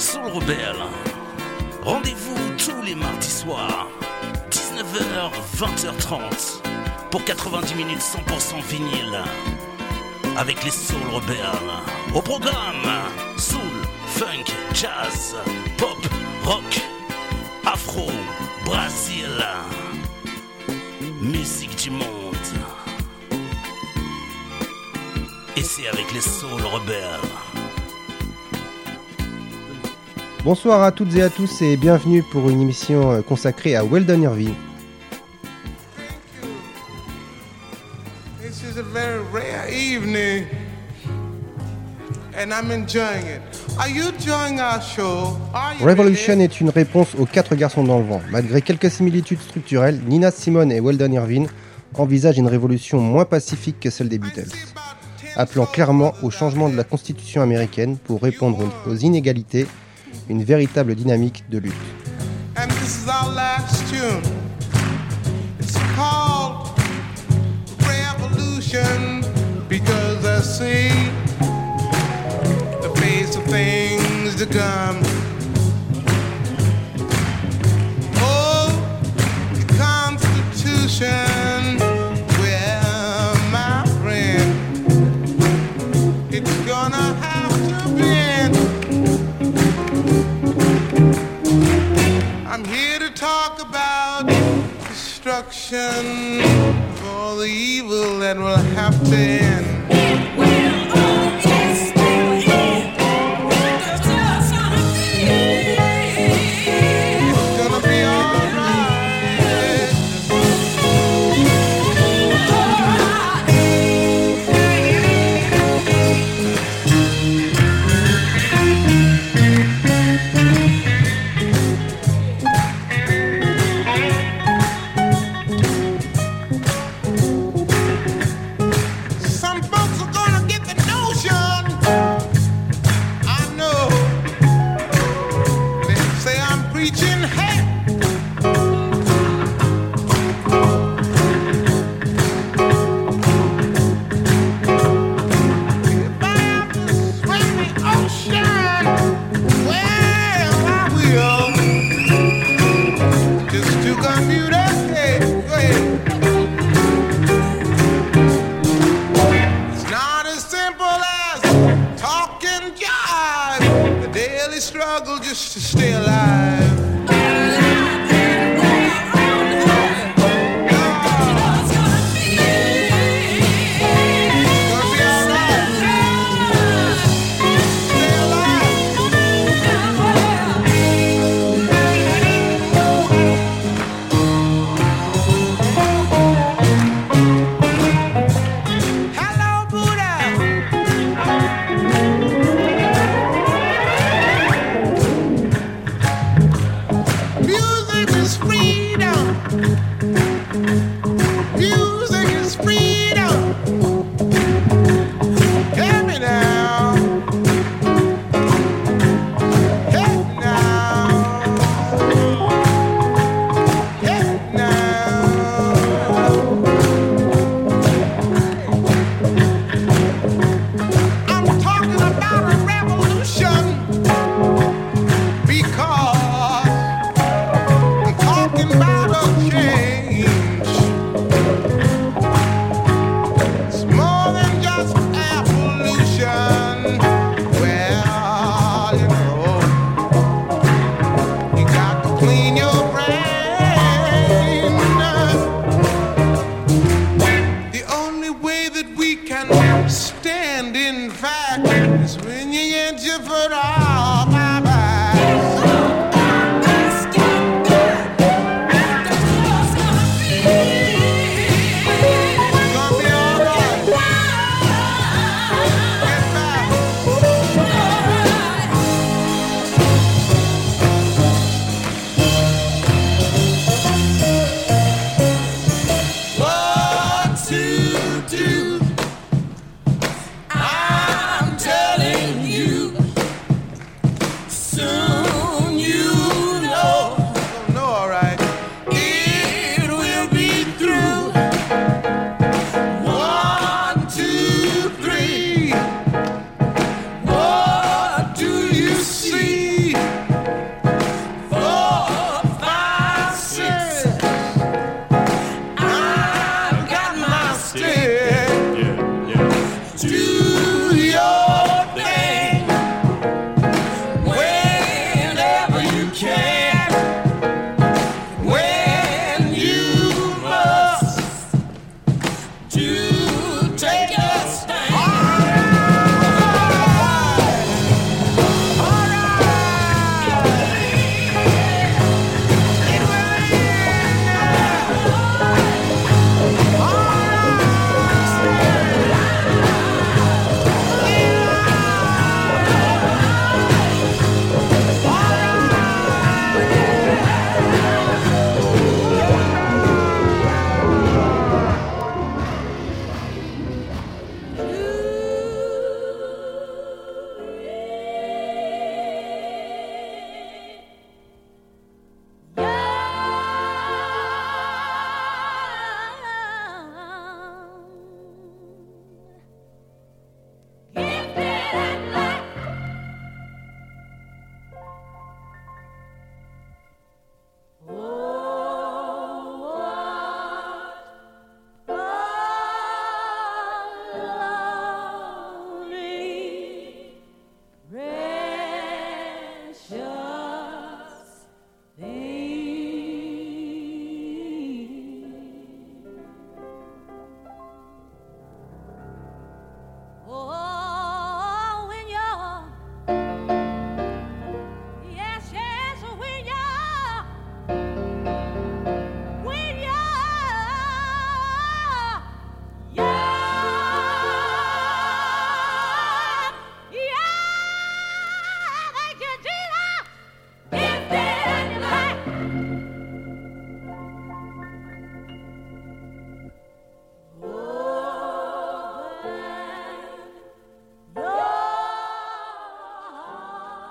Soul Rebelle. Rendez-vous tous les mardis soirs, 19h, 20h30, pour 90 minutes 100% vinyle, avec les Soul Rebelles. Au programme, soul, funk, jazz, pop, rock, afro, Brésil, musique du monde. Et c'est avec les Soul Rebelles. Bonsoir à toutes et à tous et bienvenue pour une émission consacrée à Weldon Irving. This is a very rare evening and I'm enjoying it. Are you enjoying our show? Revolution est une réponse aux 4 garçons dans le vent. Malgré quelques similitudes structurelles, Nina Simone et Weldon Irving envisagent une révolution moins pacifique que celle des Beatles, appelant clairement au changement de la constitution américaine pour répondre aux inégalités, une véritable dynamique de lutte. And this is our last tune. It's called Revolution because I see the face of things to come. Oh, the Constitution, well, my friend, it's gonna have to bend. I'm here to talk about destruction for the evil that will have to end. It will all just end. It's just gonna be. It's gonna be alright. Just to stay alive.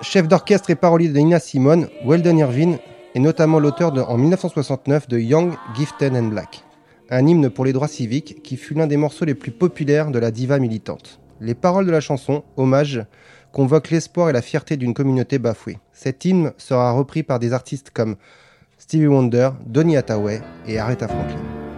Chef d'orchestre et parolier de Nina Simone, Weldon Irvine est notamment l'auteur en 1969 de Young, Gifted and Black, un hymne pour les droits civiques qui fut l'un des morceaux les plus populaires de la diva militante. Les paroles de la chanson, hommage, convoquent l'espoir et la fierté d'une communauté bafouée. Cet hymne sera repris par des artistes comme Stevie Wonder, Donny Hathaway et Aretha Franklin.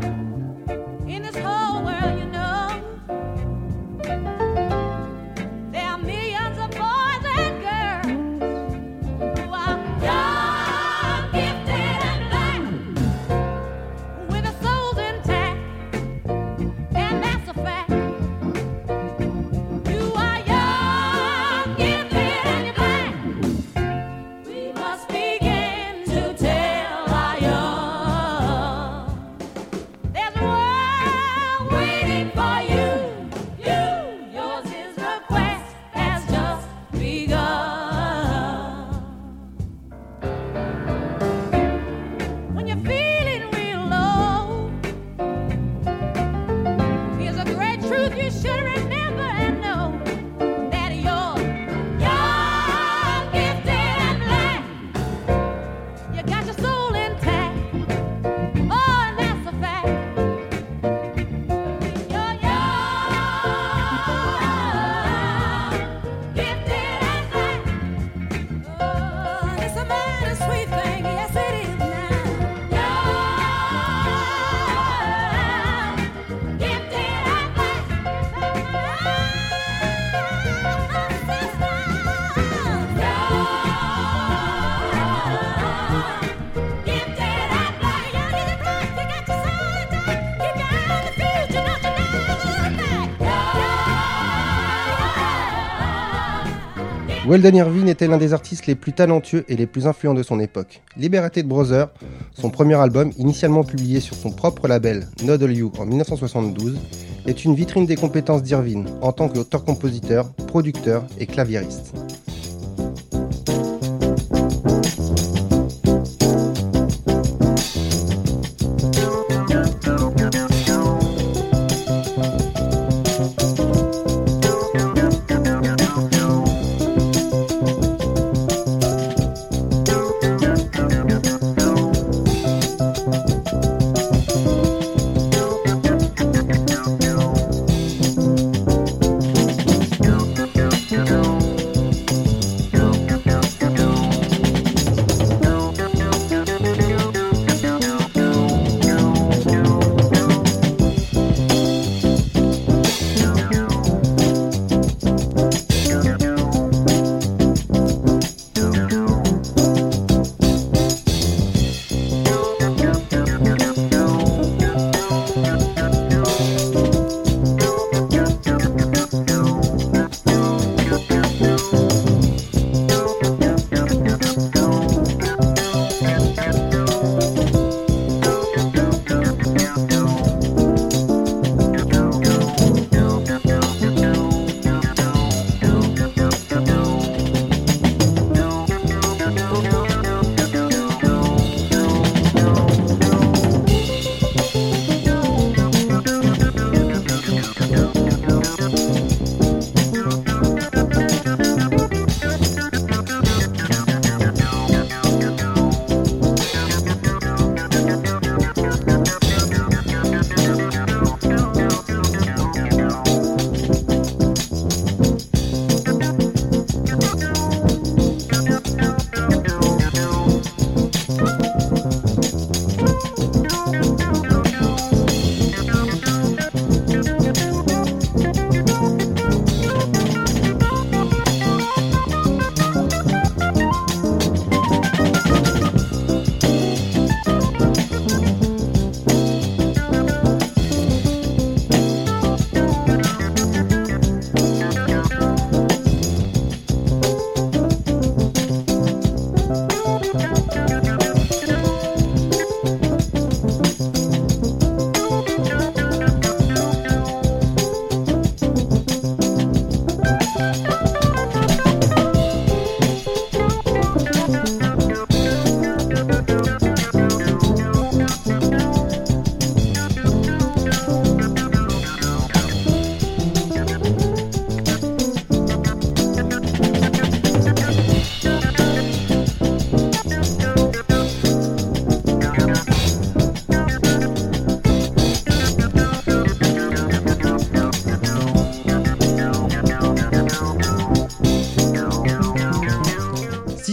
Weldon Irvine était l'un des artistes les plus talentueux et les plus influents de son époque. Liberated Brothers, son premier album, initialement publié sur son propre label Noddle You en 1972, est une vitrine des compétences d'Irvine en tant qu'auteur-compositeur, producteur et claviériste.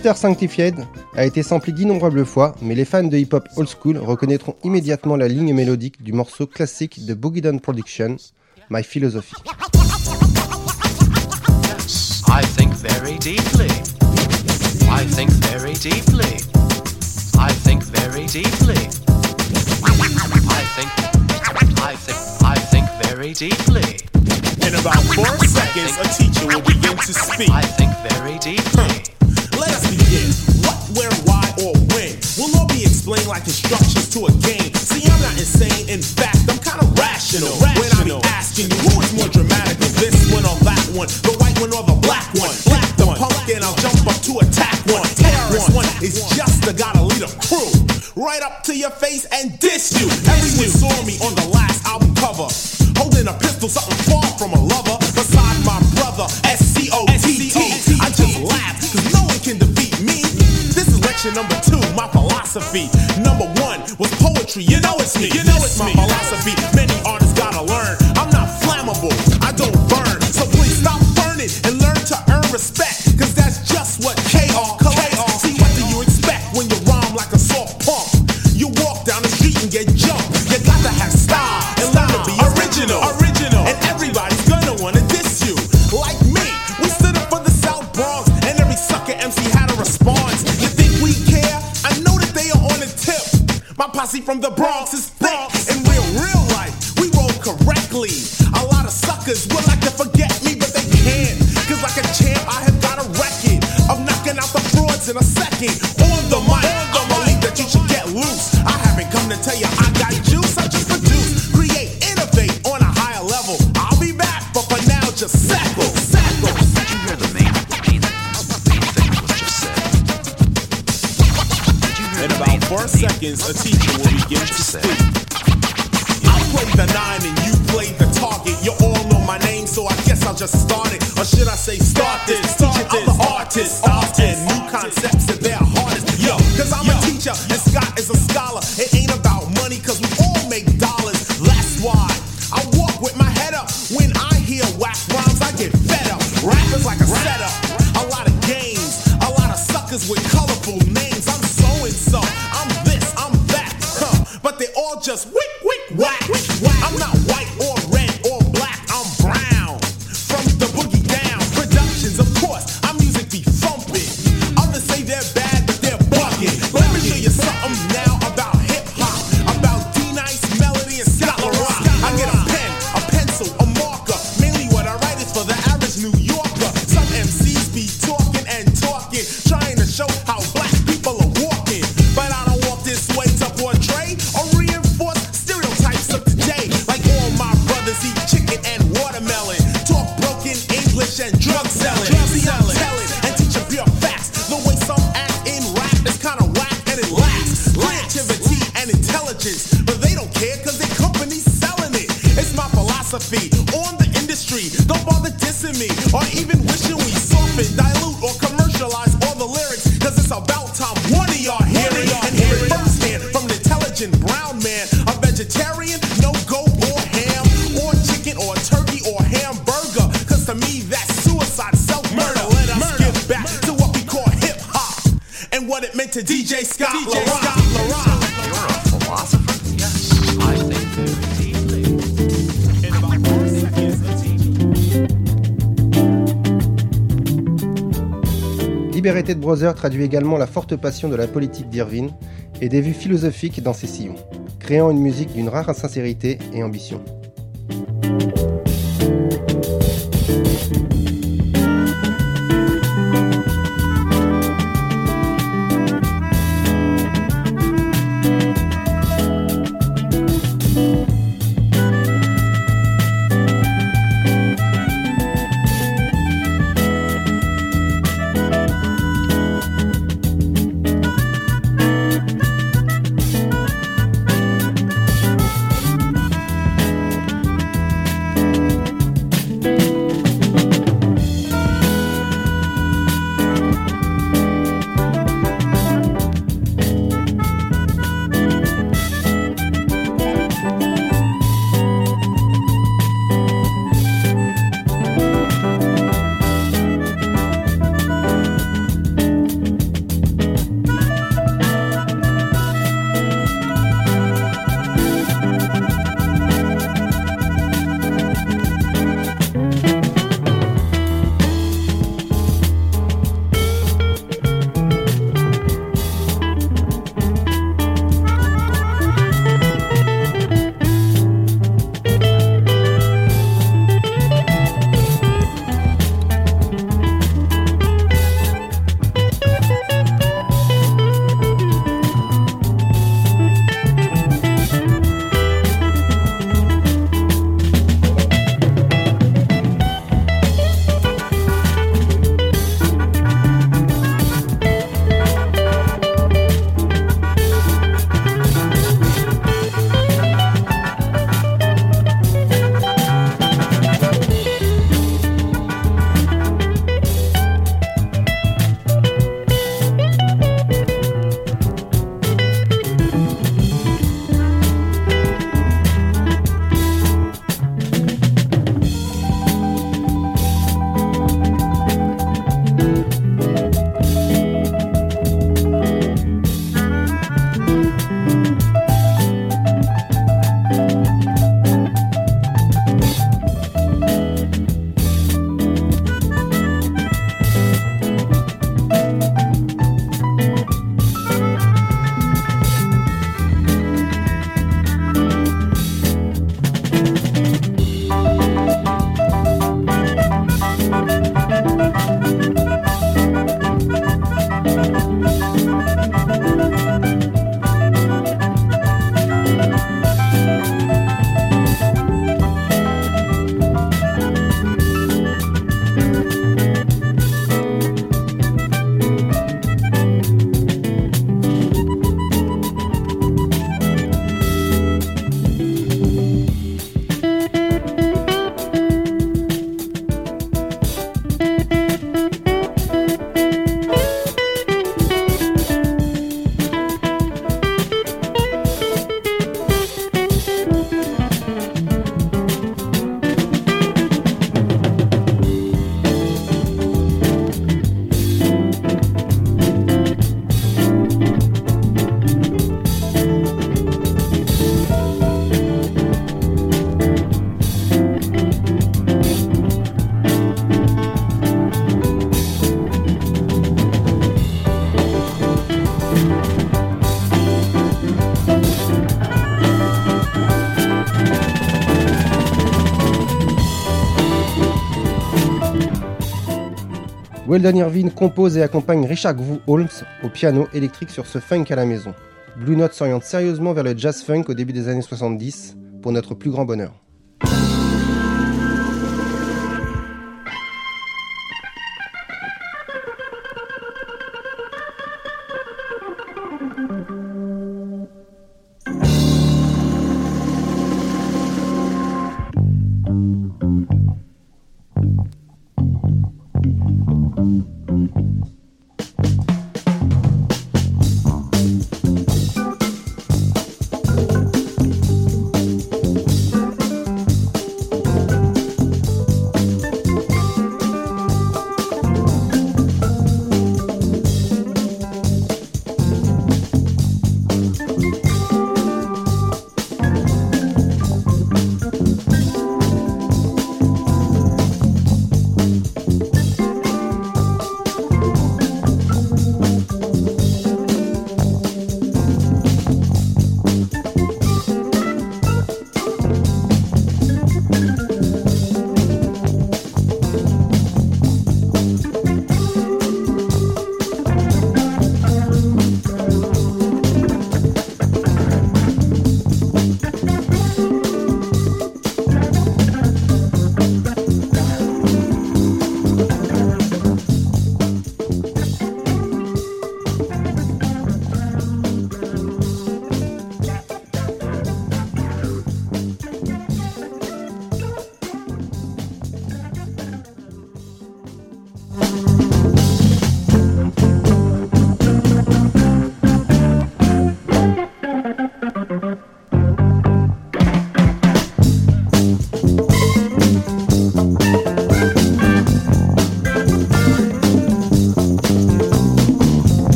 Mr. Sanctified a été samplé d'innombrables fois, mais les fans de hip-hop old school reconnaîtront immédiatement la ligne mélodique du morceau classique de Boogie Down Production, My Philosophy. I think very deeply. I think very deeply. I think very deeply. I think very deeply. In about 4 seconds, a teacher will begin to speak. I think very deeply. Let us begin. What, where, why, or when will all be explained like instructions to a game. See, I'm not insane. In fact, I'm kind of rational. When I be asking you, who is more dramatic, this one or that one, the white one or the black one? Black the punk and I'll jump up to attack one. Terrorist one is just the gotta lead a crew. Right up to your face and diss you. Everyone saw me on the last album cover, holding a pistol, something far from a lover. Beside my brother, S-C-O-T-T. I just laugh, cause no one can defeat me. This is lecture number 2, my philosophy. Number 1 was poetry, you know it's me. You know it's my philosophy, many artists gotta learn. I'm not flammable, I don't burn. So please stop burning and learn to earn respect, cause that's just what K.R. collects. See, what do you expect when you rhyme like a soft pump? You walk down the street and get jumped. You got to have style and learn to be original. And everybody's gonna wanna diss you. Like me, we stood up for the South Bronx, and every sucker MC had a response. You think we care? I know that they are on the tip. My posse from the Bronx is thick. In real life, we roll correctly. A lot of suckers would like to forget me, but they can't. Cause like a champ, I have got a record of knocking out the frauds in a second. On the mic, I believe that you should get loose. I haven't come to tell you I got juice, I just produce. Create, innovate on a higher level. I'll be back, but for now, just settle. Did you hear the main thing was just said? Did you hear In the about main 4 seconds, a teacher will begin to speak. I played the 9 and you played the target. You all know my name, so I guess I'll just start it. Or should I say start this? Teaching other artists, and new concepts at their hardest. Yo, cause I'm a teacher and Scott is a scholar. It ain't about money, cause we all make dollars. That's why I walk with my head up. When I hear whack rhymes, I get fed up. Rappers like a setup, a lot of games, a lot of suckers with colorful names. I'm so-and-so, I'm this, I'm that, but they all just whack. I'm not white or red or black, I'm brown. From the boogie down, productions, of course, our music be thumping. Others say they're bad, but they're bugging. Let me show you something now about hip-hop, about D-Nice, Melody, and Scott LaRock. I get a pen, a pencil, a marker. Mainly what I write is for the average New Yorker. Some MCs be talking and talking, trying to show how black people are walking. But I don't walk this way to portray or reinforce stereotypes of today. Like all my brothers eat chicken and watermelon, talk broken English and drug selling. See, I'm telling and teaching pure facts. The way some act in rap is kinda whack and it lacks creativity and intelligence, but they don't care cause their company's selling it. It's my philosophy on the industry. Don't bother dissing me or even wishing we soften, dilute, or commercialize all the lyrics, cause it's about time one of y'all hear it and hear it firsthand from an intelligent brown man. A vegetarian, no goat or ham or chicken or turkey or hamburger, cause to me that's suicide, self-murder. Let us get back to what we call hip-hop and what it meant to DJ Scott LaRock. You're a philosopher? Yes, I think very deeply. In about 4 seconds, a teacher. Liberated Brother traduit également la forte passion de la politique d'Irvine et des vues philosophiques dans ses sillons, créant une musique d'une rare sincérité et ambition. Weldon Irvine compose et accompagne Richard Groove Holmes au piano électrique sur ce funk à la maison. Blue Note s'oriente sérieusement vers le jazz funk au début des années 70, pour notre plus grand bonheur.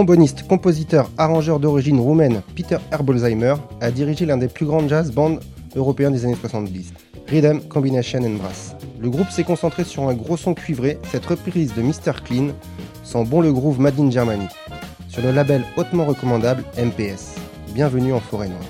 tromboniste, compositeur, arrangeur d'origine roumaine Peter Herbolzheimer a dirigé l'un des plus grands jazz bands européens des années 70, Rhythm, Combination and Brass. Le groupe s'est concentré sur un gros son cuivré, cette reprise de Mr. Clean sent bon le groove Made in Germany, sur le label hautement recommandable MPS. Bienvenue en Forêt Noire.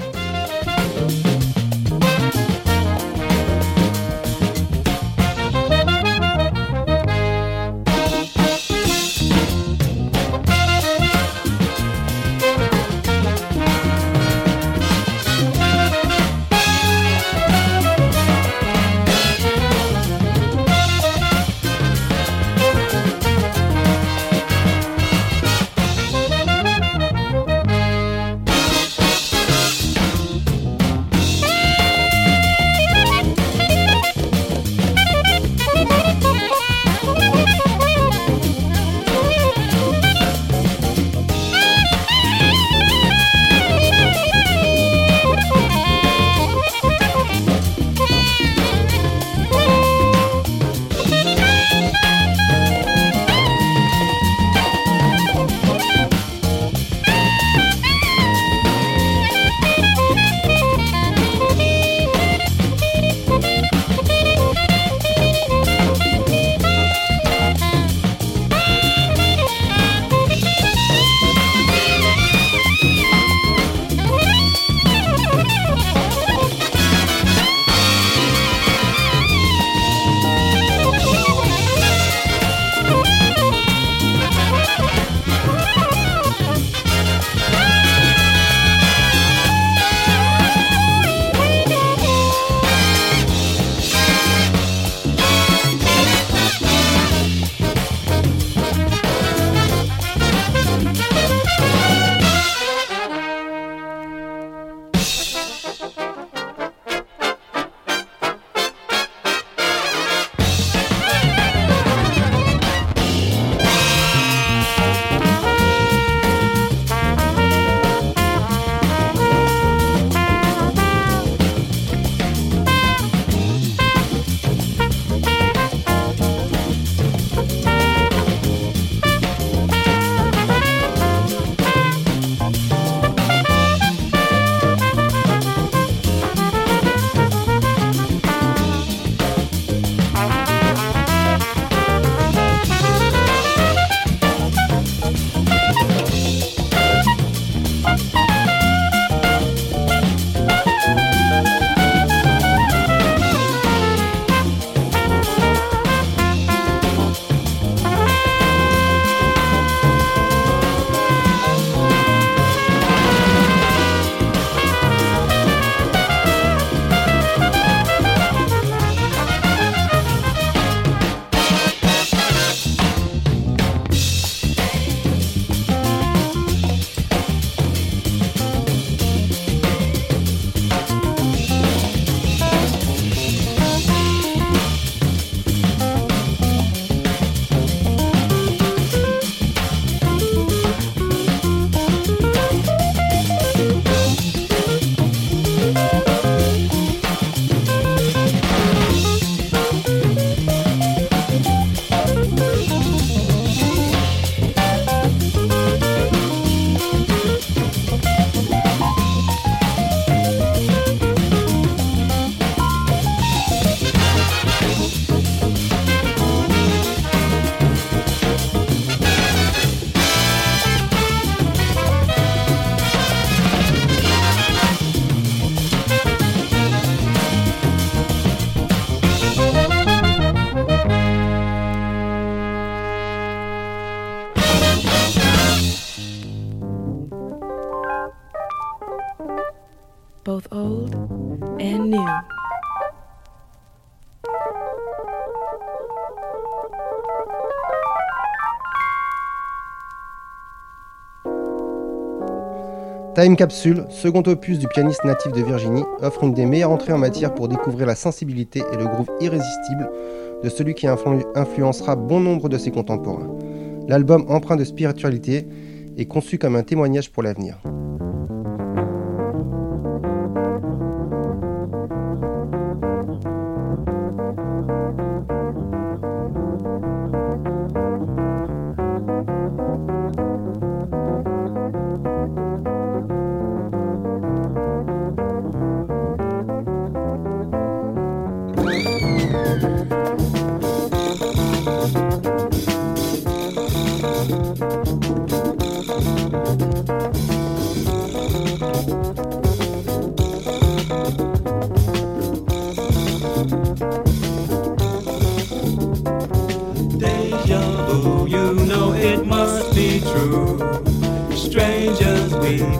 both old and new. Time Capsule, second opus du pianiste natif de Virginie, offre une des meilleures entrées en matière pour découvrir la sensibilité et le groove irrésistible de celui qui influencera bon nombre de ses contemporains. L'album empreint de spiritualité est conçu comme un témoignage pour l'avenir.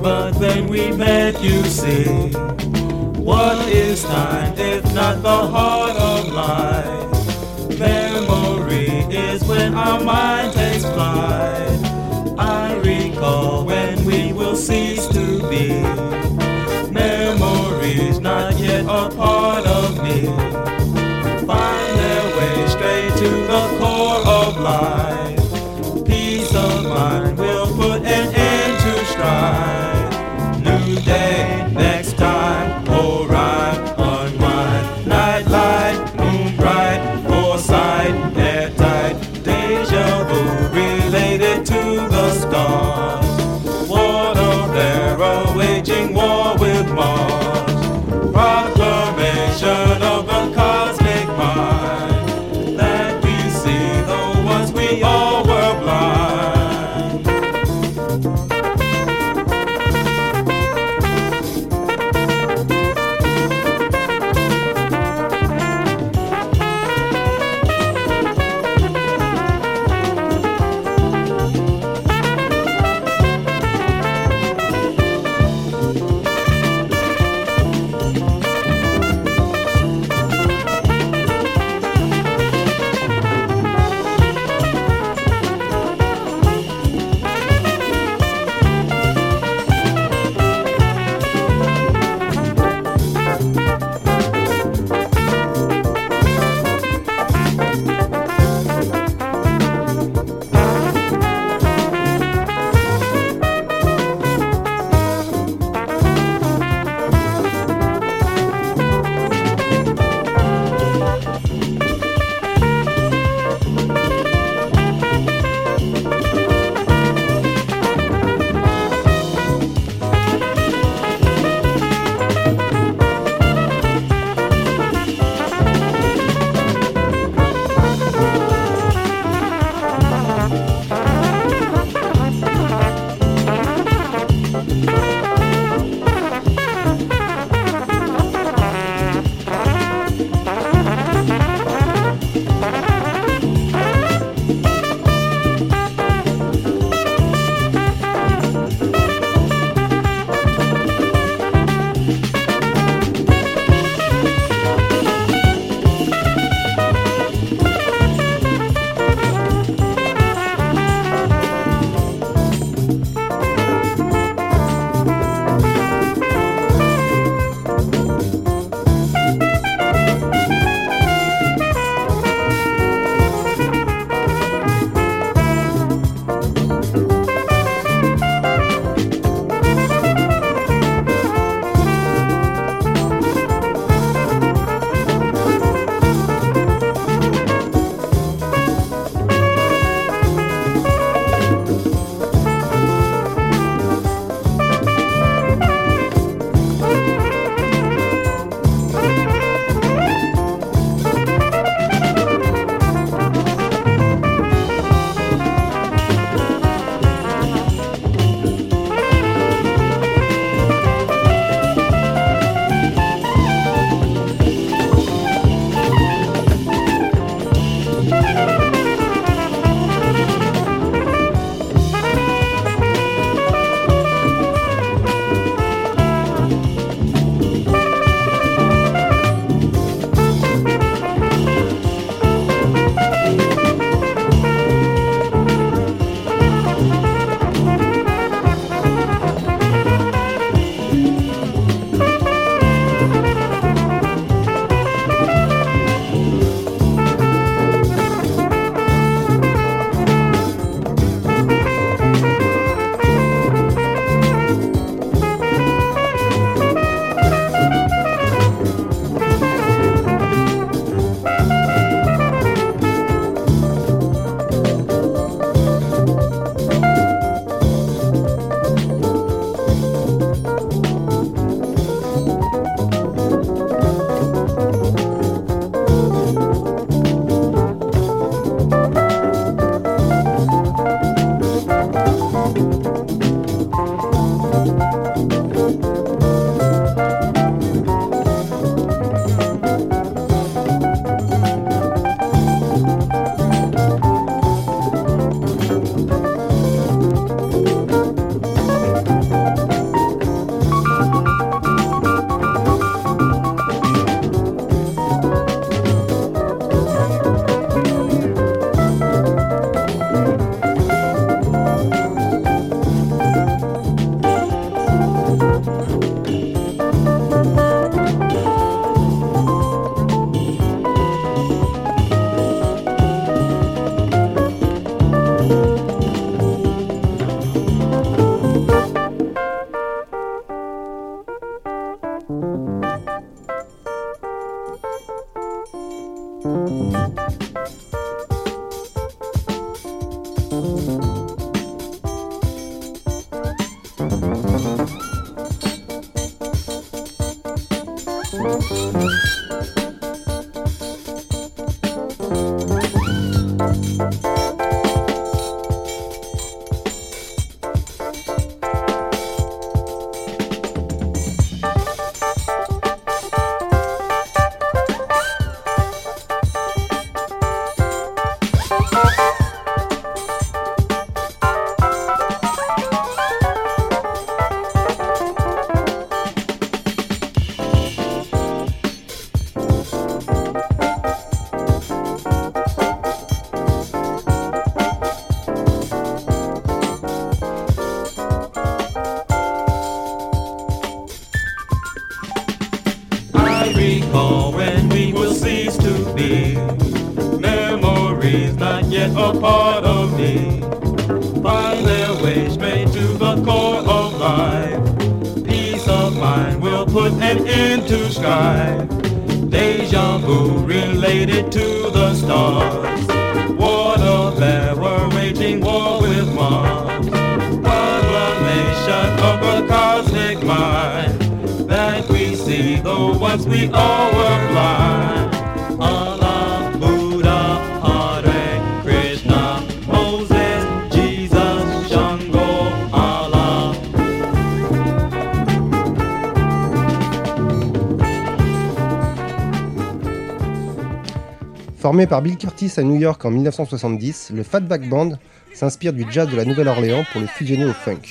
But when we met, you see, what is time if not the heart of life? Memory is when our mind takes flight. I recall when we will cease to be. Memories not yet a part of me find their way straight to the core of life. Peace of mind will put an end to strife. New day, next time, alright, unwind. Night light, moon bright, foresight, airtight. Deja vu related to the stars. Water bearer waging war with Mars. Proclamation of the cosmos. I recall when we will cease to be memories not yet a part of me. Find their way straight to the core of life. Peace of mind will put an end to strife. Deja vu related to the stars. Water there were waging war with Mars. Proclamation of the cosmic mind that we see, though once we all were blind. Allah, Buddha, Hare Krishna, Moses, Jesus, Shango, Allah. Formé par Bill Curtis à New York en 1970, le Fatback Band s'inspire du jazz de la Nouvelle-Orléans pour le fusionner au funk.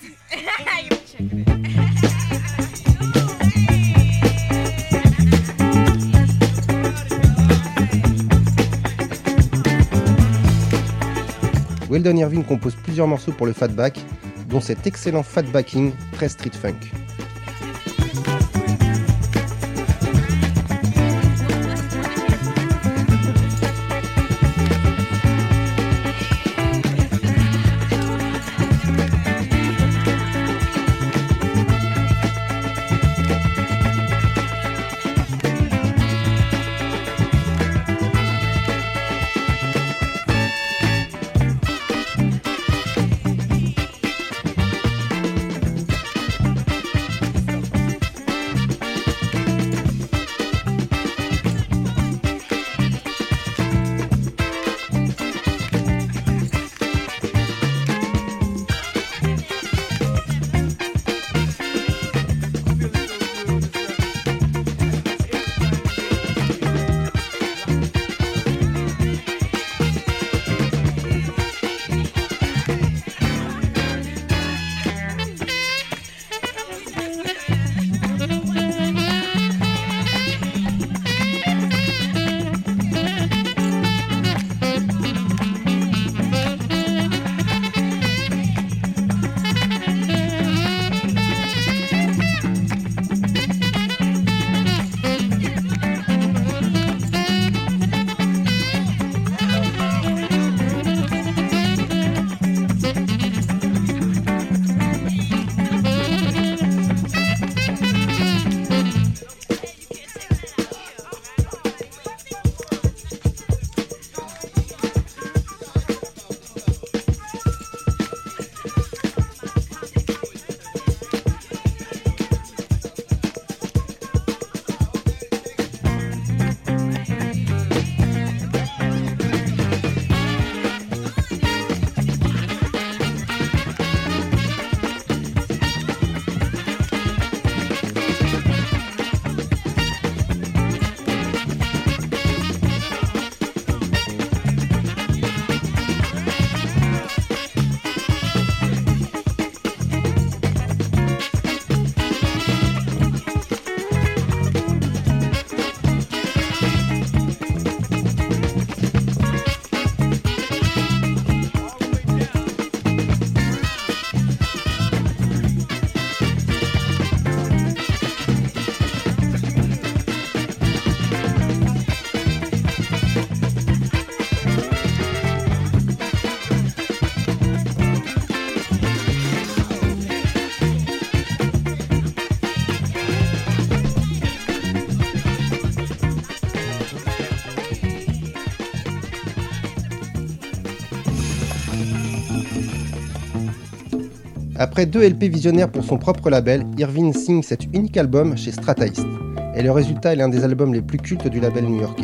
Weldon Irvine compose plusieurs morceaux pour le Fatback, dont cet excellent Fatbacking très street funk. Après 2 LP visionnaires pour son propre label, Irvine signe cet unique album chez Strata East. Et le résultat est l'un des albums les plus cultes du label new-yorkais.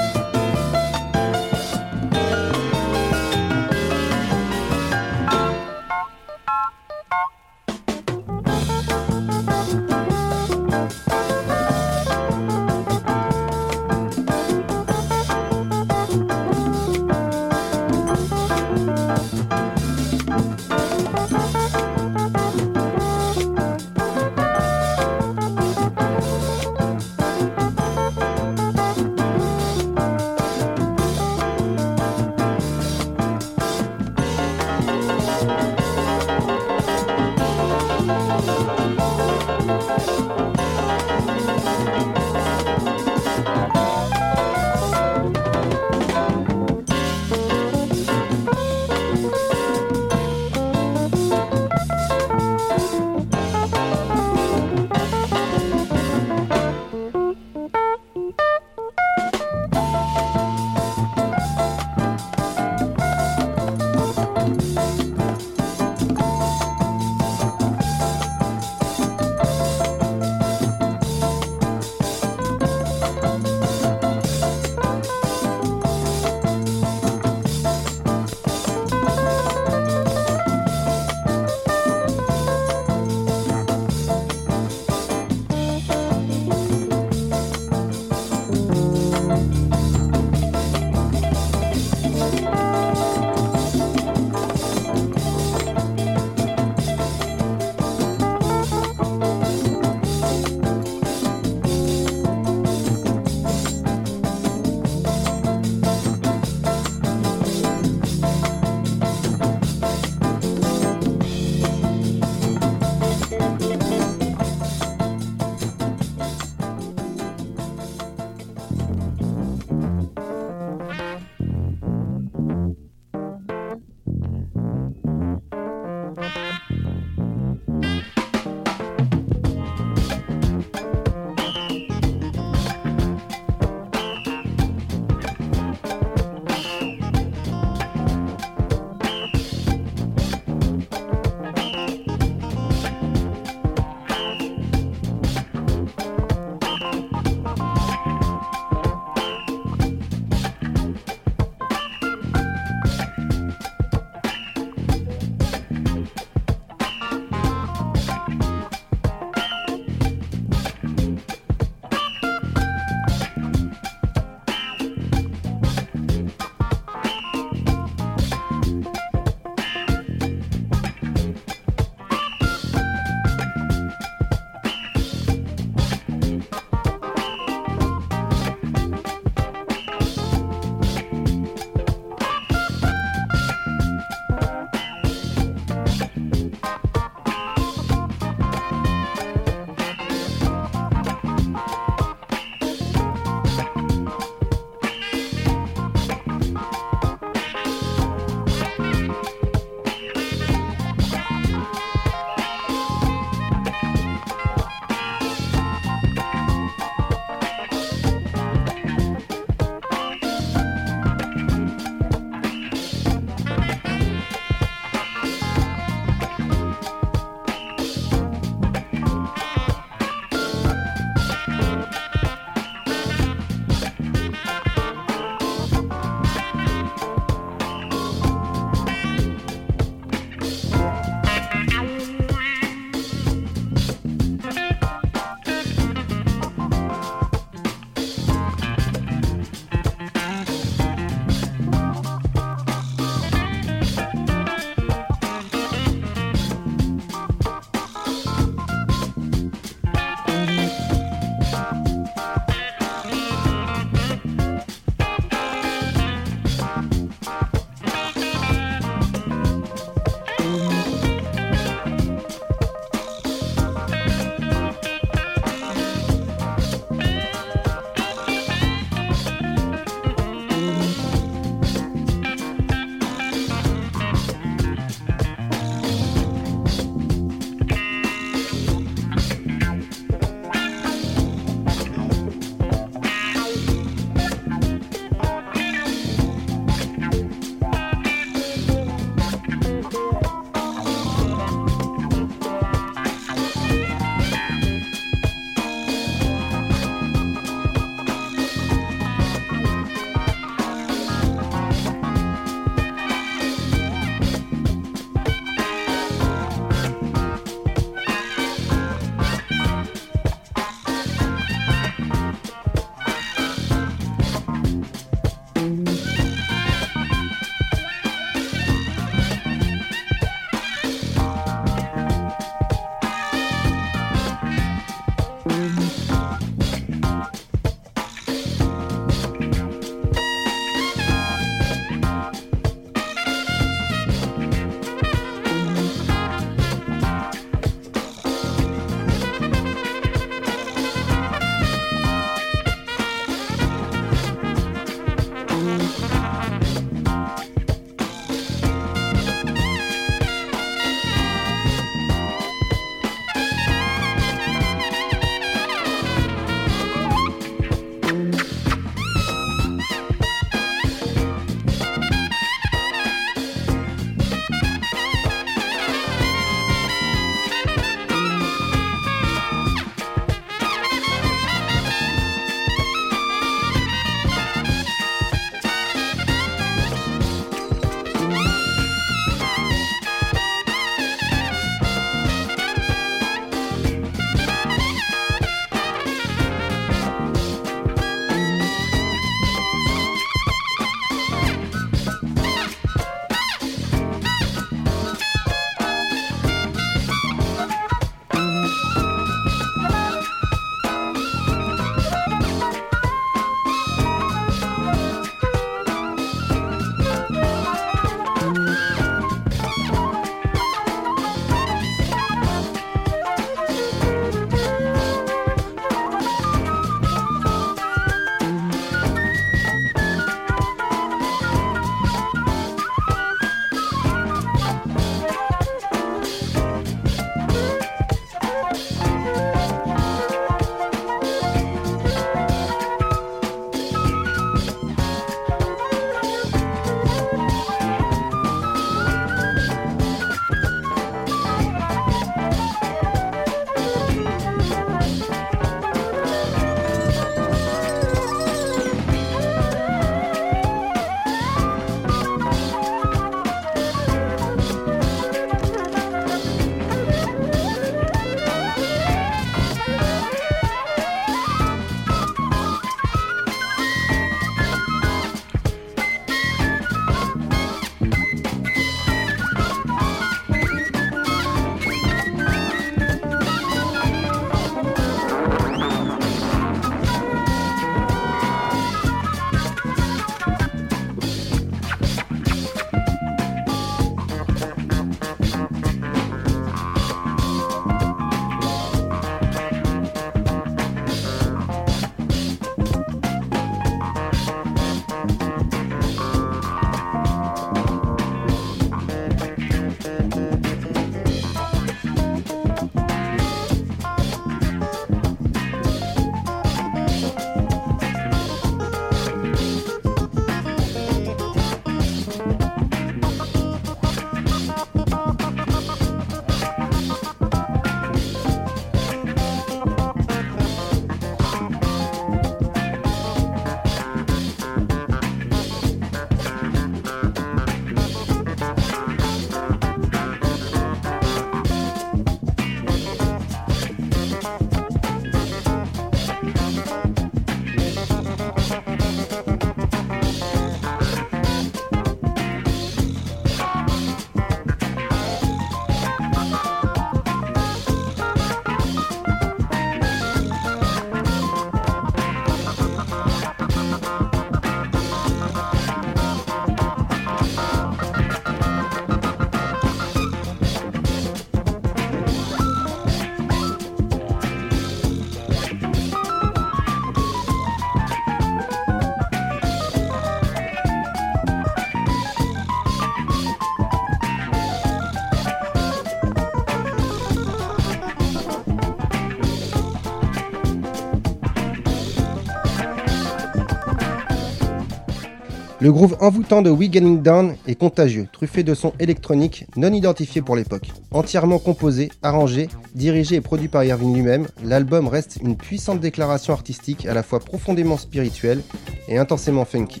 Le groove envoûtant de We Getting Down est contagieux, truffé de sons électroniques non identifiés pour l'époque. Entièrement composé, arrangé, dirigé et produit par Irving lui-même, l'album reste une puissante déclaration artistique à la fois profondément spirituelle et intensément funky.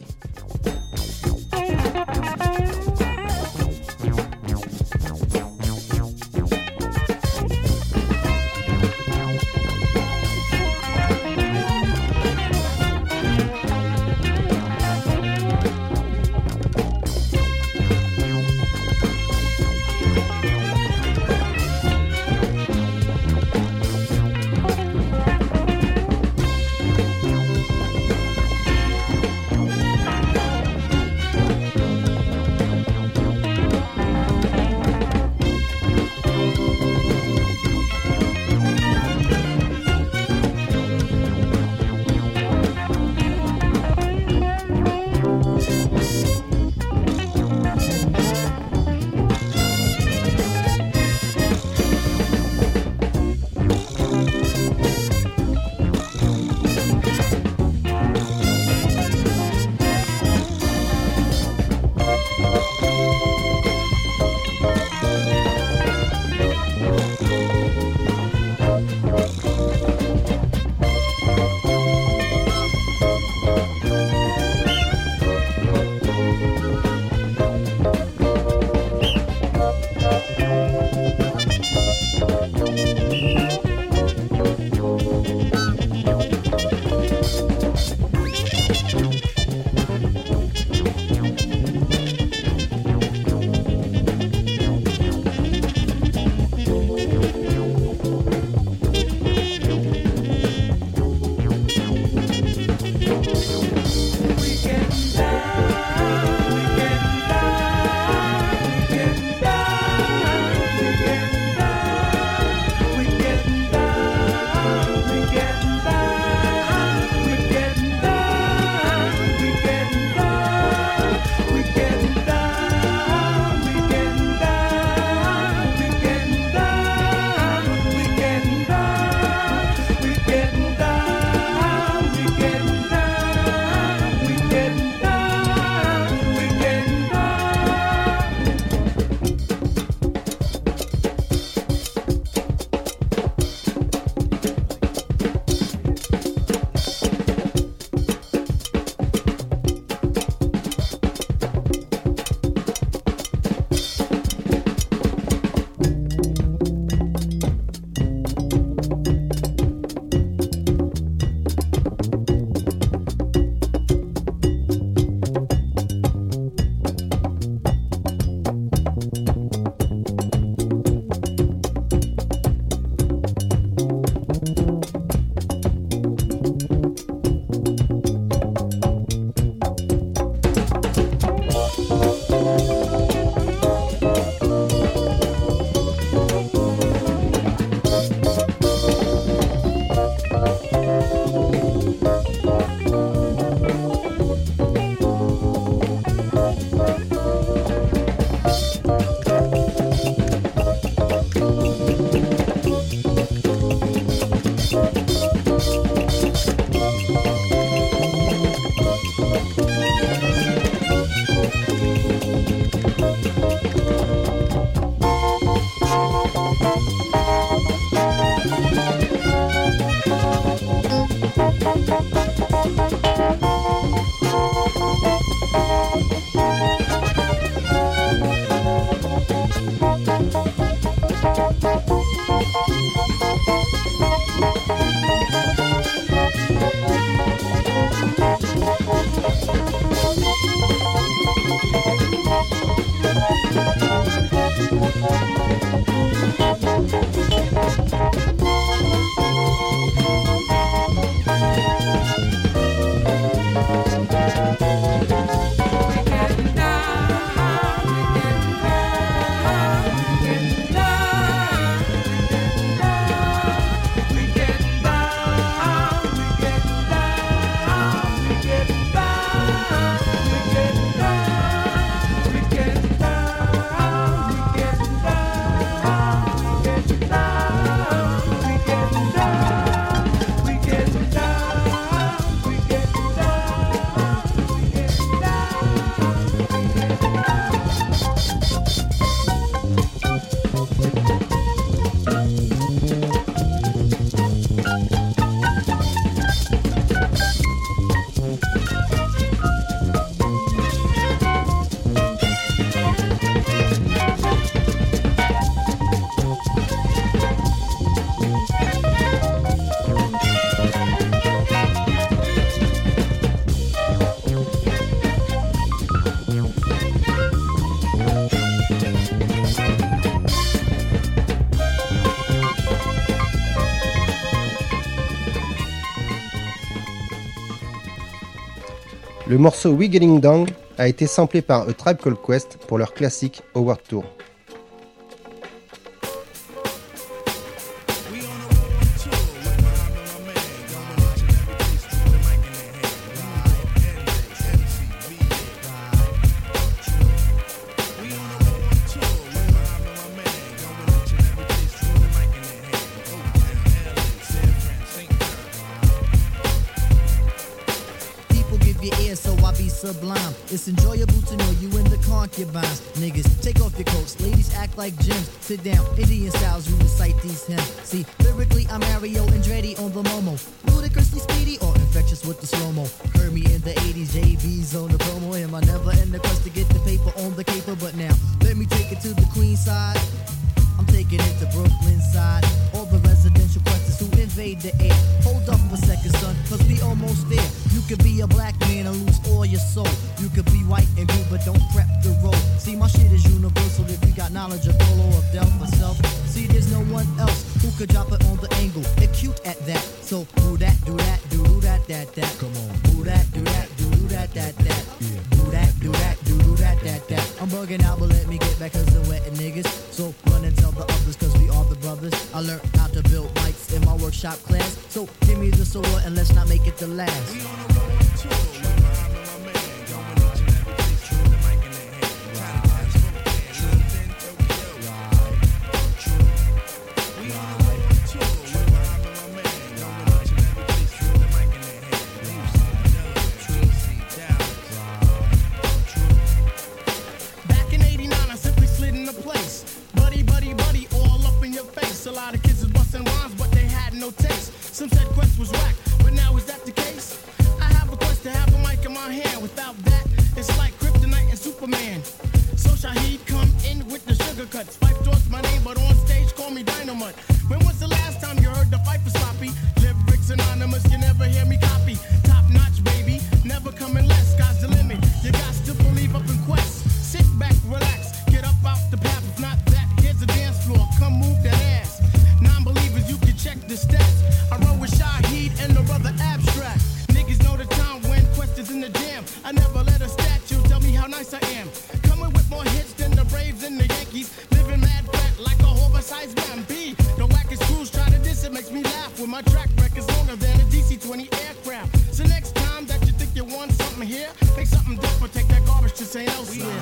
Le morceau We Getting Down a été samplé par A Tribe Called Quest pour leur classique Howard Tour. Sublime. It's enjoyable to know you in the concubines. Niggas, take off your coats. Ladies act like gems. Sit down, Indian styles, we recite these hymns. See, lyrically, I'm Mario Andretti on the Momo. Ludicrously speedy or infectious with the slow-mo. Heard me in the 80s, JV's on the promo. Am I never in the quest to get the paper on the caper? But now, let me take it to the Queen side. I'm taking it to Brooklyn side. All the residential questions who invade the air. Hold up a second, son, cause we almost there. You could be a black man and lose all your soul. You could be white and blue, but don't prep the road. See, my shit is universal if you got knowledge of Dolo or Del for self. See, there's no one else who could drop it on the angle. They're cute at that. So do that, do that, do that, that. Come on. Do that, do that, do that, that. Yeah. Do that, do that, do that, that. I'm bugging out, but let me get back cause I'm wetting niggas. So run and tell the others cause we are the brothers. I learned how to build bikes in my workshop class. So give me the sword and let's not make it the last. We on a road tour with my man, going each and every place, true, the mic in their hand. Trying to catch London, Tokyo. We on a road tour with my man, going each and every place, true, the mic in their hand. Back in '89, I simply slid into place. Buddy, all up in your face. A lot of kids was busting rhymes, but they had no taste. Some said Quest was whack, but now is that the case? I have a quest to have a mic in my hand. Without that, it's like Kryptonite and Superman. So Shaheed come in with the sugar cuts. Fife thoughts my name, but on stage call me Dynamite. When was the last time you heard the fight for sloppy? Lyrics anonymous, you never hear me copy. Top notch, baby, never coming less. Sky's the limit, you got to believe up in Quest. Sit back, relax, get up out the path. If not that, here's the dance floor, come move that ass. Non-believers, you can check the stats. I run with Shaheed and the brother Abstract. Niggas know the time when Quest is in the jam. I never let a statue tell me how nice I am. Coming with more hits than the Braves and the Yankees. Living mad fat like a oversized man. B, the wackest crews try to diss it, makes me laugh. When my track record's longer than a DC-20 aircraft. So next time that you think you want something here, make something different, take that garbage to St. Elsewhere.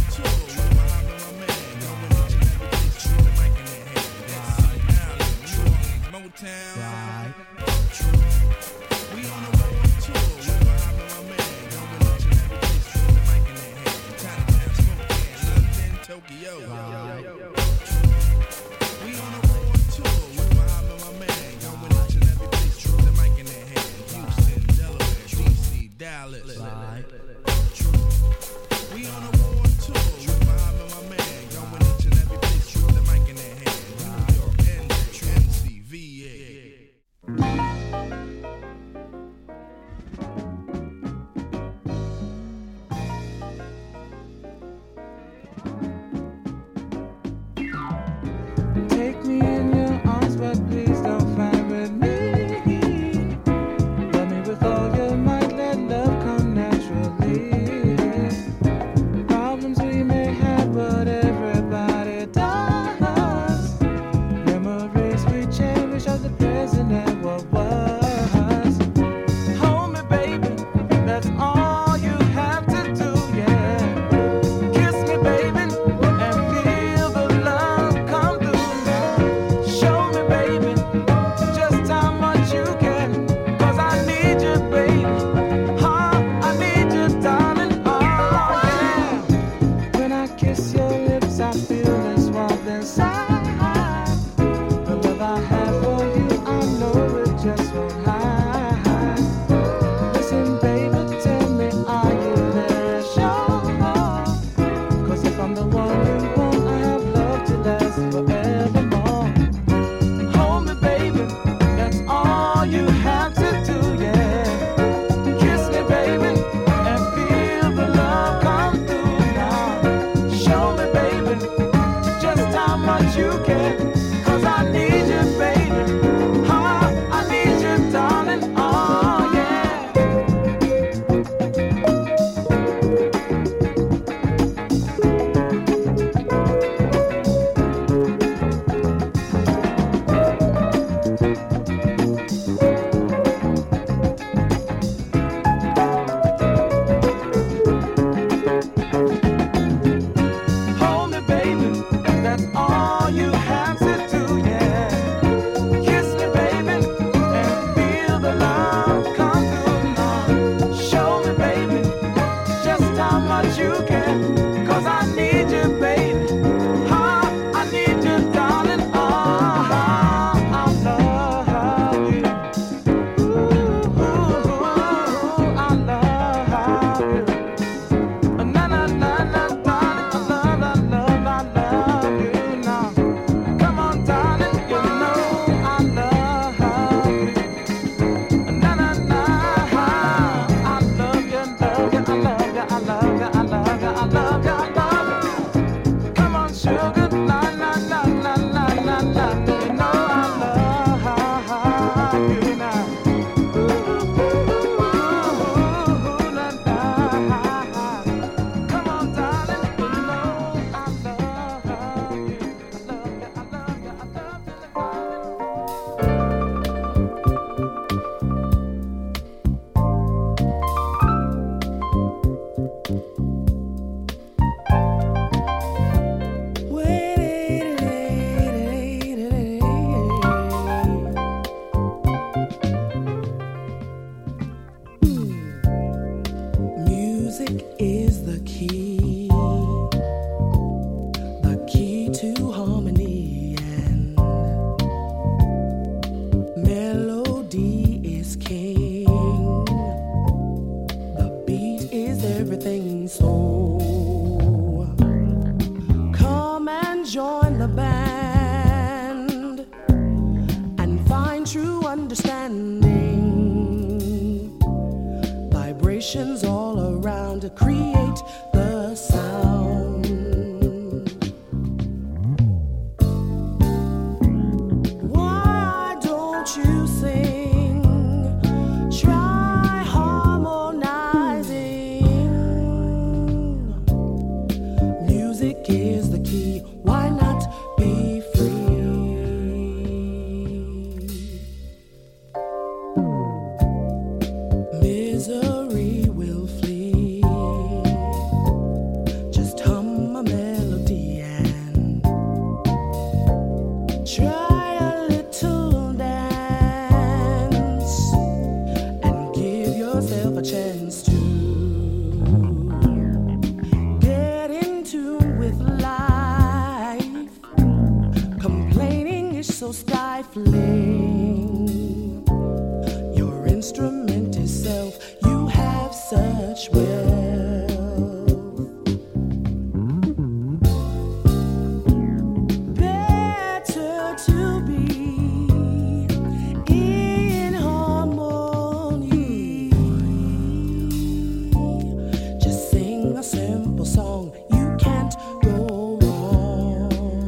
Motown. Right. We on a road tour with my man, going each and every place, with the mic in their hand. Chinatown, Spokane, London, Tokyo. Right. We on a road tour with my man, going each and every place, with the mic in their hand. Houston, Delaware, DC, Dallas. Right. We on a road tour with my man, going each and every place, with the mic in their hand. New York, NC, VA. Take me in your arms, but please don't fight with me. Love me with all your might, let love come naturally. Problems we may have, but everybody does. Memories we cherish of the present and what was. Hold me, baby, that's all you have to do, yeah. Kiss me, baby, and feel the love come through. Show me, baby, just how much you can. 'Cause I need you, baby. I need you, darling. Oh, yeah. When I kiss your lips, I feel this warmth inside. The love I have for you, I know it just won't hide. Listen, baby, tell me, are you very sure? 'Cause if I'm the one you want, I have love to last forevermore. Hold me, baby, that's all you have to do, yeah. Kiss me, baby, and feel the love come through now. Show me, baby, just how much you can. 'Cause I need you, baby. I need you, darling. Oh, yeah. beat the sound. Why don't you sing? Try harmonizing. Music is the key. Why not be free? Misery will flee. Just hum a melody and try a little dance and give yourself a chance to get in tune with life. Complaining is so stifling. Your instrument is self. You have such wealth. Better to be in harmony. Just sing a simple song. You can't go wrong.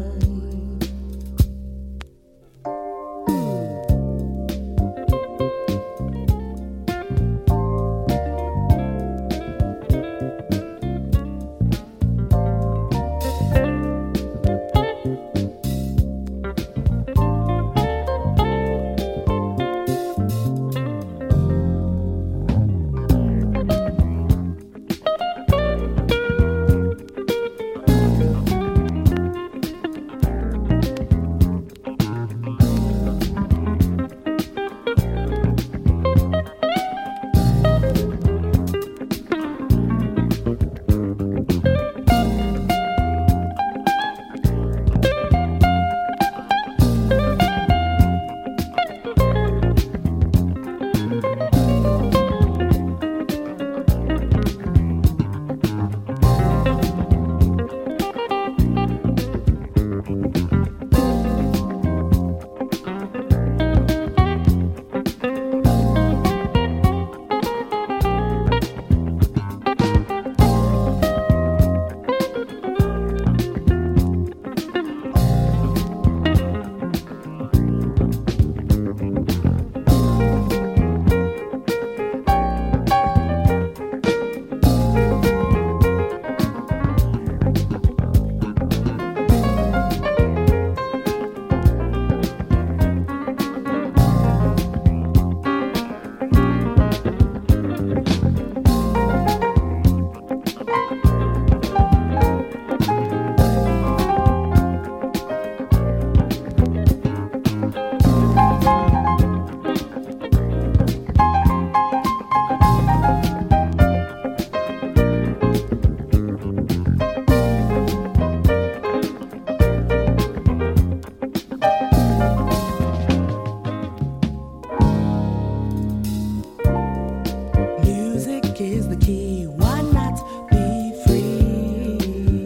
Music is the key. Why not be free?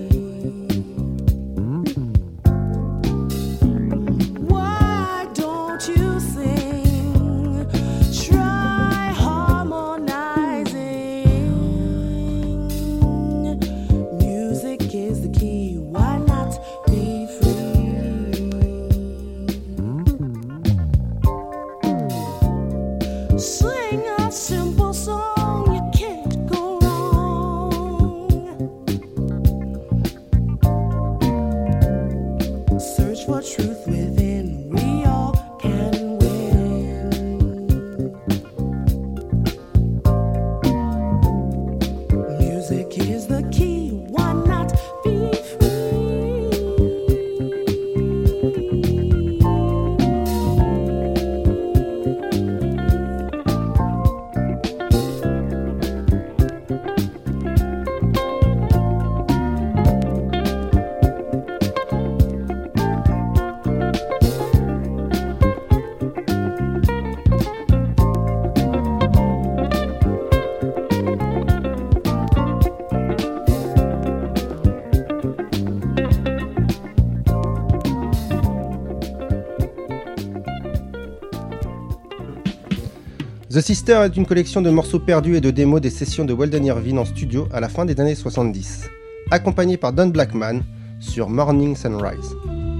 Why don't you sing? Try harmonizing. Music is the key. Why not be free? Sing a simple song, you can't go wrong. Search for truth within, we all can win. Music is the key, why not be free? The Sister est une collection de morceaux perdus et de démos des sessions de Weldon Irvine en studio à la fin des années 70, accompagné par Don Blackman sur Morning Sunrise.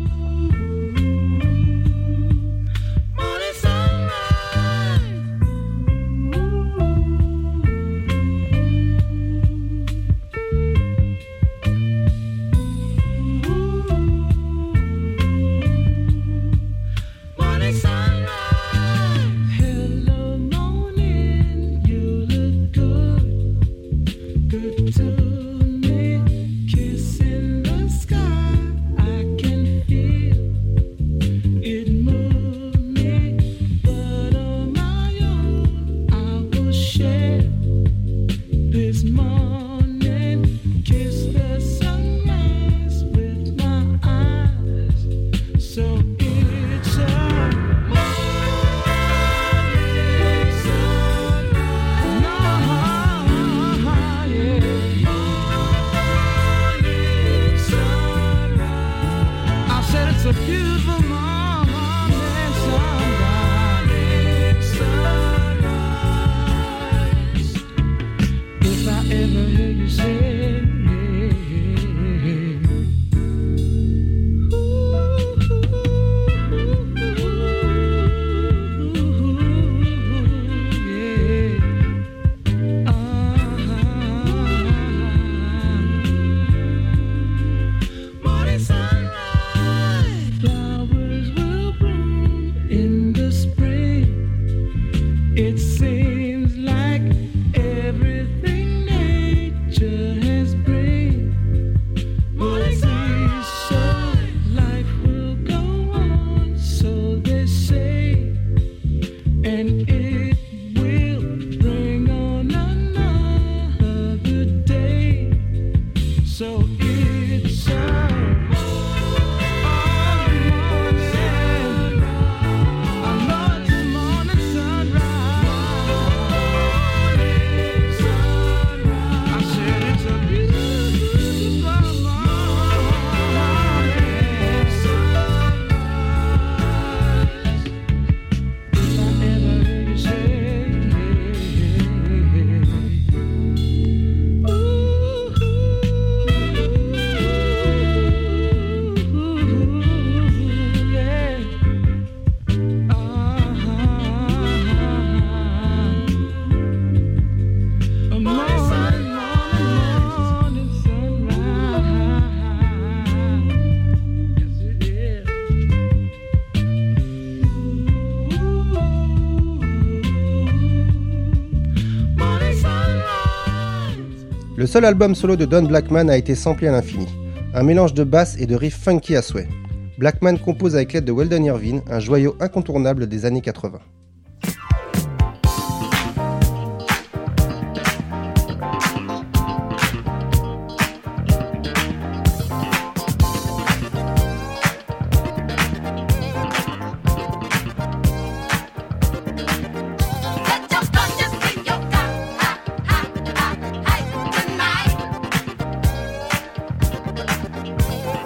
Le seul album solo de Don Blackman a été samplé à l'infini, un mélange de basse et de riffs funky à souhait. Blackman compose avec l'aide de Weldon Irvine, un joyau incontournable des années 80.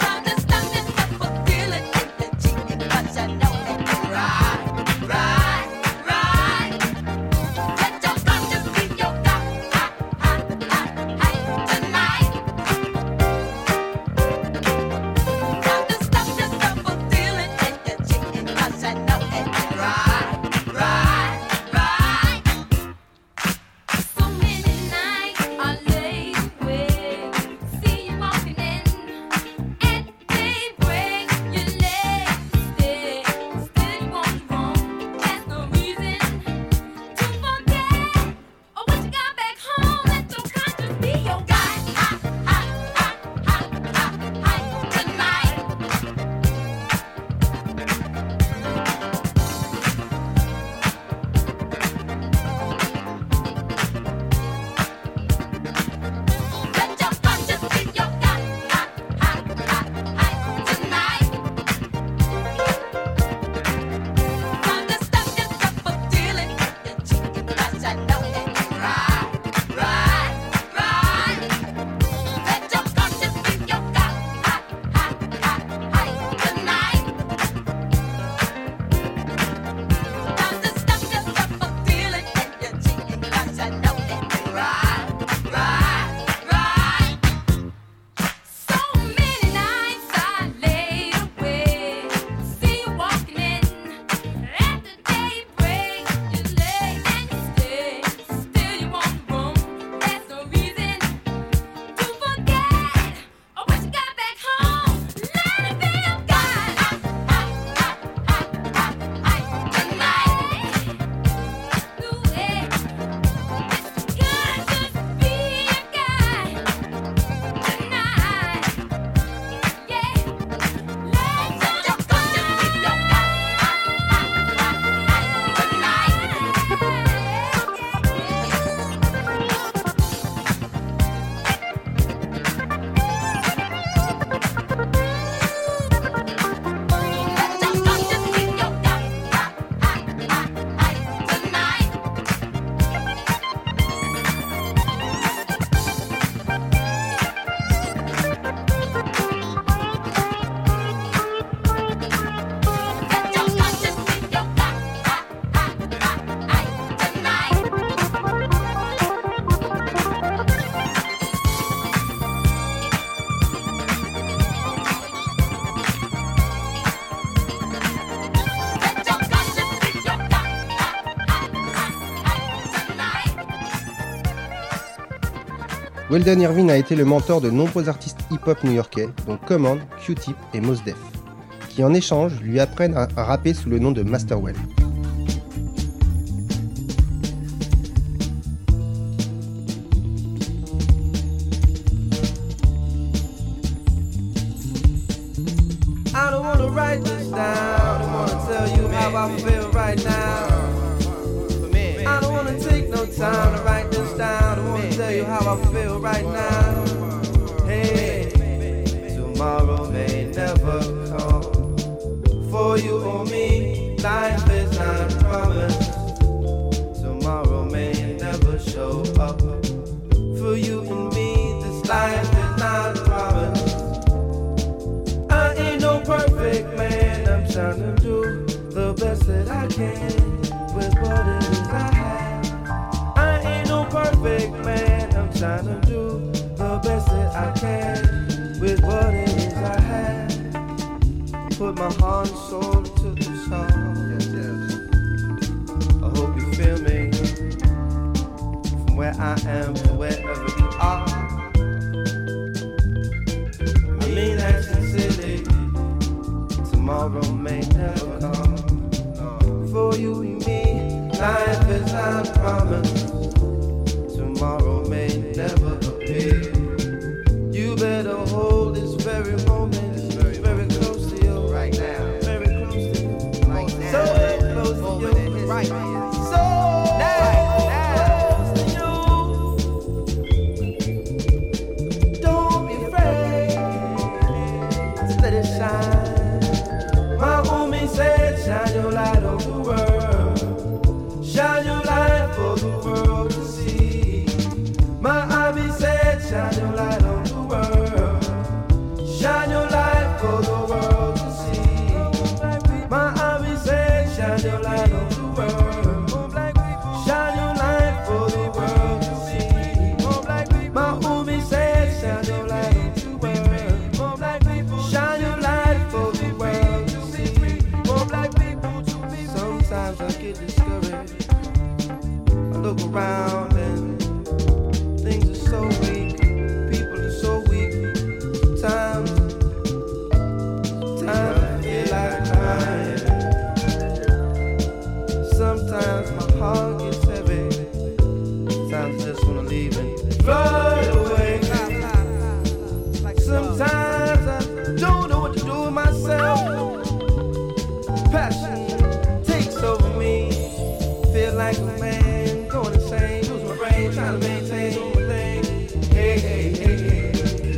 Right. Weldon Irvine a été le mentor de nombreux artistes hip-hop new-yorkais, dont Common, Q-Tip et Mos Def, qui en échange lui apprennent à rapper sous le nom de Masterwell. I don't wanna write this down. I wanna tell you how I feel right now. I don't wanna take no time to write this down. I wanna tell you how I feel right now. Hey, tomorrow may never come. For you or me, life is not promised. Tomorrow may never show up. For you and me, this life is not promised. I ain't no perfect man, I'm trying to do the best that I can with what it is I have. I ain't no perfect man, I'm trying to do the best that I can with what it is I have. Put my heart and soul into the song. Yes, yes. I hope you feel me from where I am to wherever you are. I mean that sincerely. Tomorrow may never come. For you and me, life is not promised. Tomorrow may never appear. You better hold this very moment, very close to you right now. Very close to you, right now. So close to you, right now. So close to you. Don't be afraid to let it shine. My homie said, shine your light on the world. Shine your light for the world to see. My hobby said, shine your light on the world. Shine your light for the world to see. My hobby said, shine your light on the world. Shine your light for the world to see. My homie said, shine your light on the world. Shine your light for the world to see. Sometimes I get discouraged. I look around and things are so weak. People are so weak. Sometimes I feel like crying. Sometimes my heart gets heavy. Sometimes I just wanna leave and fly away. Sometimes I don't know what to do with myself. Passion takes over me. Feel like a man going insane. Lose my brain, trying to maintain my thing. Hey, hey, hey, hey.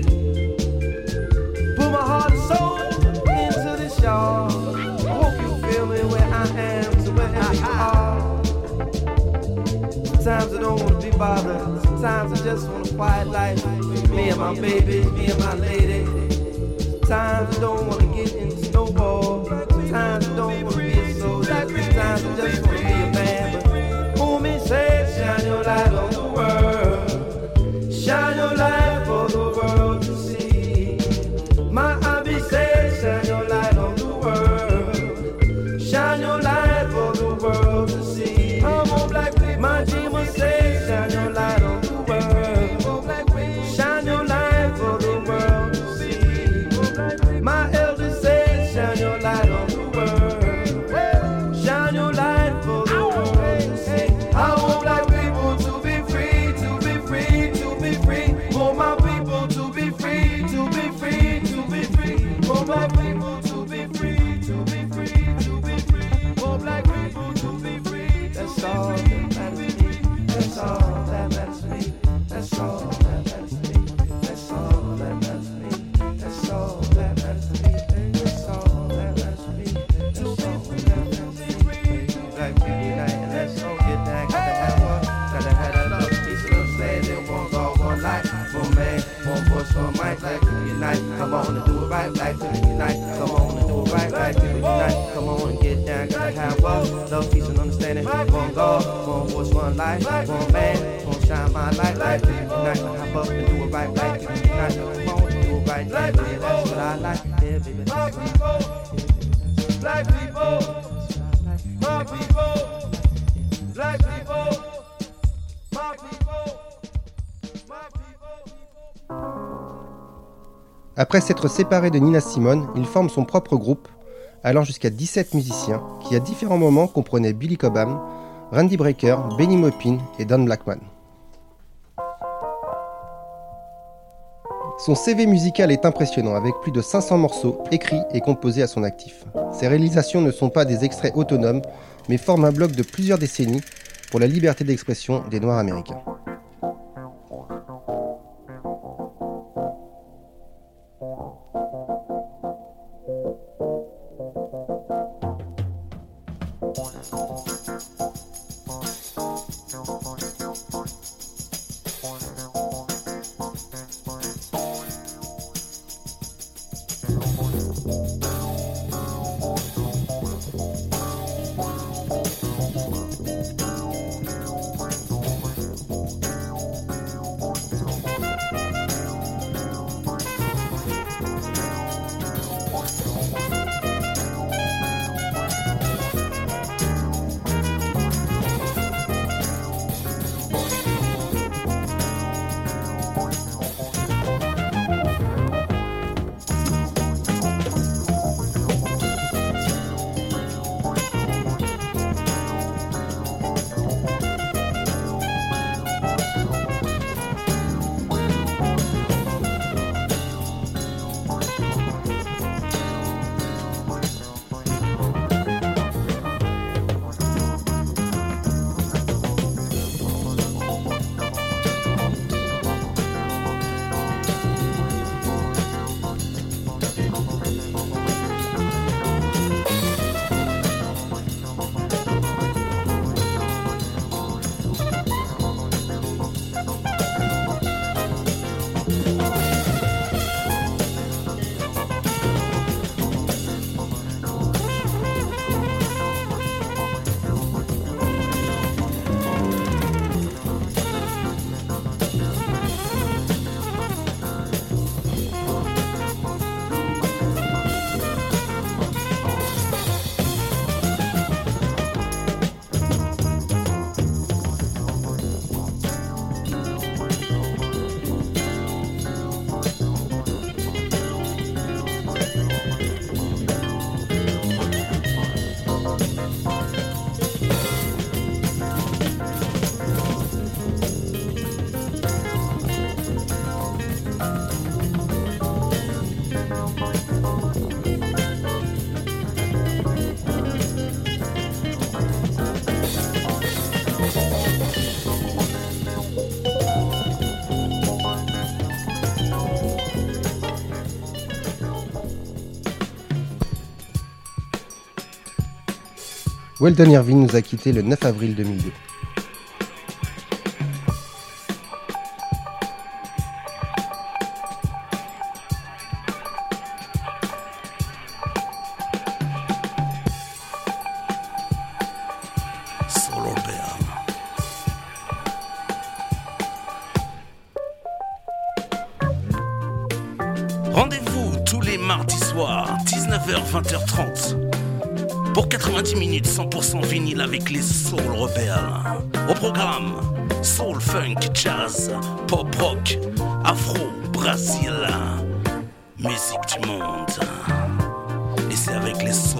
Put my heart and soul into this, y'all. I hope you feel me where I am, so wherever you are. Sometimes I don't want to be bothered. Sometimes I just want a quiet life. Me and my baby, me and my lady. Sometimes I don't want to get in snowball. Sometimes I don't want to be a soldier. Sometimes I just want to be a man. But homie said, shine your light on the world. Shine your light for the world to see. My hobby said, shine your light on the world. Shine your light for the world to see. I'm on black people. My dreamer said, shine your light on the world. Shine your light for the world to see. My elder said, shine your light on the world. Shine your light for the world to see. I want black people to be free, to be free, to be free. Want my people to be free, to be free, to be free. Want my people to be free, to be free, to be free. Want black people to be free. That's all that matters to me. That's all that matters to me. That's all that matters to me. That's all that matters to me. That's all that matters to me. That's all that matters to me. That's all that matters to me. Black people unite and let's all get down. Gotta have one. Gotta have that love. Peace and understanding. One God, one life. One man, one voice, one mic. Black people unite. Come on and do it right. Black people unite. Come on and do it right. Black people unite. Come on and get down. Gotta have one. Love, peace and understanding. One God, one voice, one life. One man, one shine my light. Black people unite. Hop up and do it right. Black people unite. Come on and do it right. Yeah, baby, that's what I like. Yeah, baby. My people, black people, my people, black people, my people, my people. Après s'être séparé de Nina Simone, il forme son propre groupe, allant jusqu'à 17 musiciens, qui à différents moments comprenaient Billy Cobham, Randy Brecker, Benny Maupin et Don Blackman. Son CV musical est impressionnant, avec plus de 500 morceaux écrits et composés à son actif. Ses réalisations ne sont pas des extraits autonomes, mais forment un bloc de plusieurs décennies pour la liberté d'expression des Noirs américains. Weldon Irvine nous a quittés le 9 avril 2002. Soul Rebel. Rendez-vous tous les mardis soirs, 19h-20h30. Pour 90 minutes 100% vinyle avec les Soul Rebels. Au programme, soul, funk, jazz, pop rock, afro, Brésil, musique du monde. Et c'est avec les Soul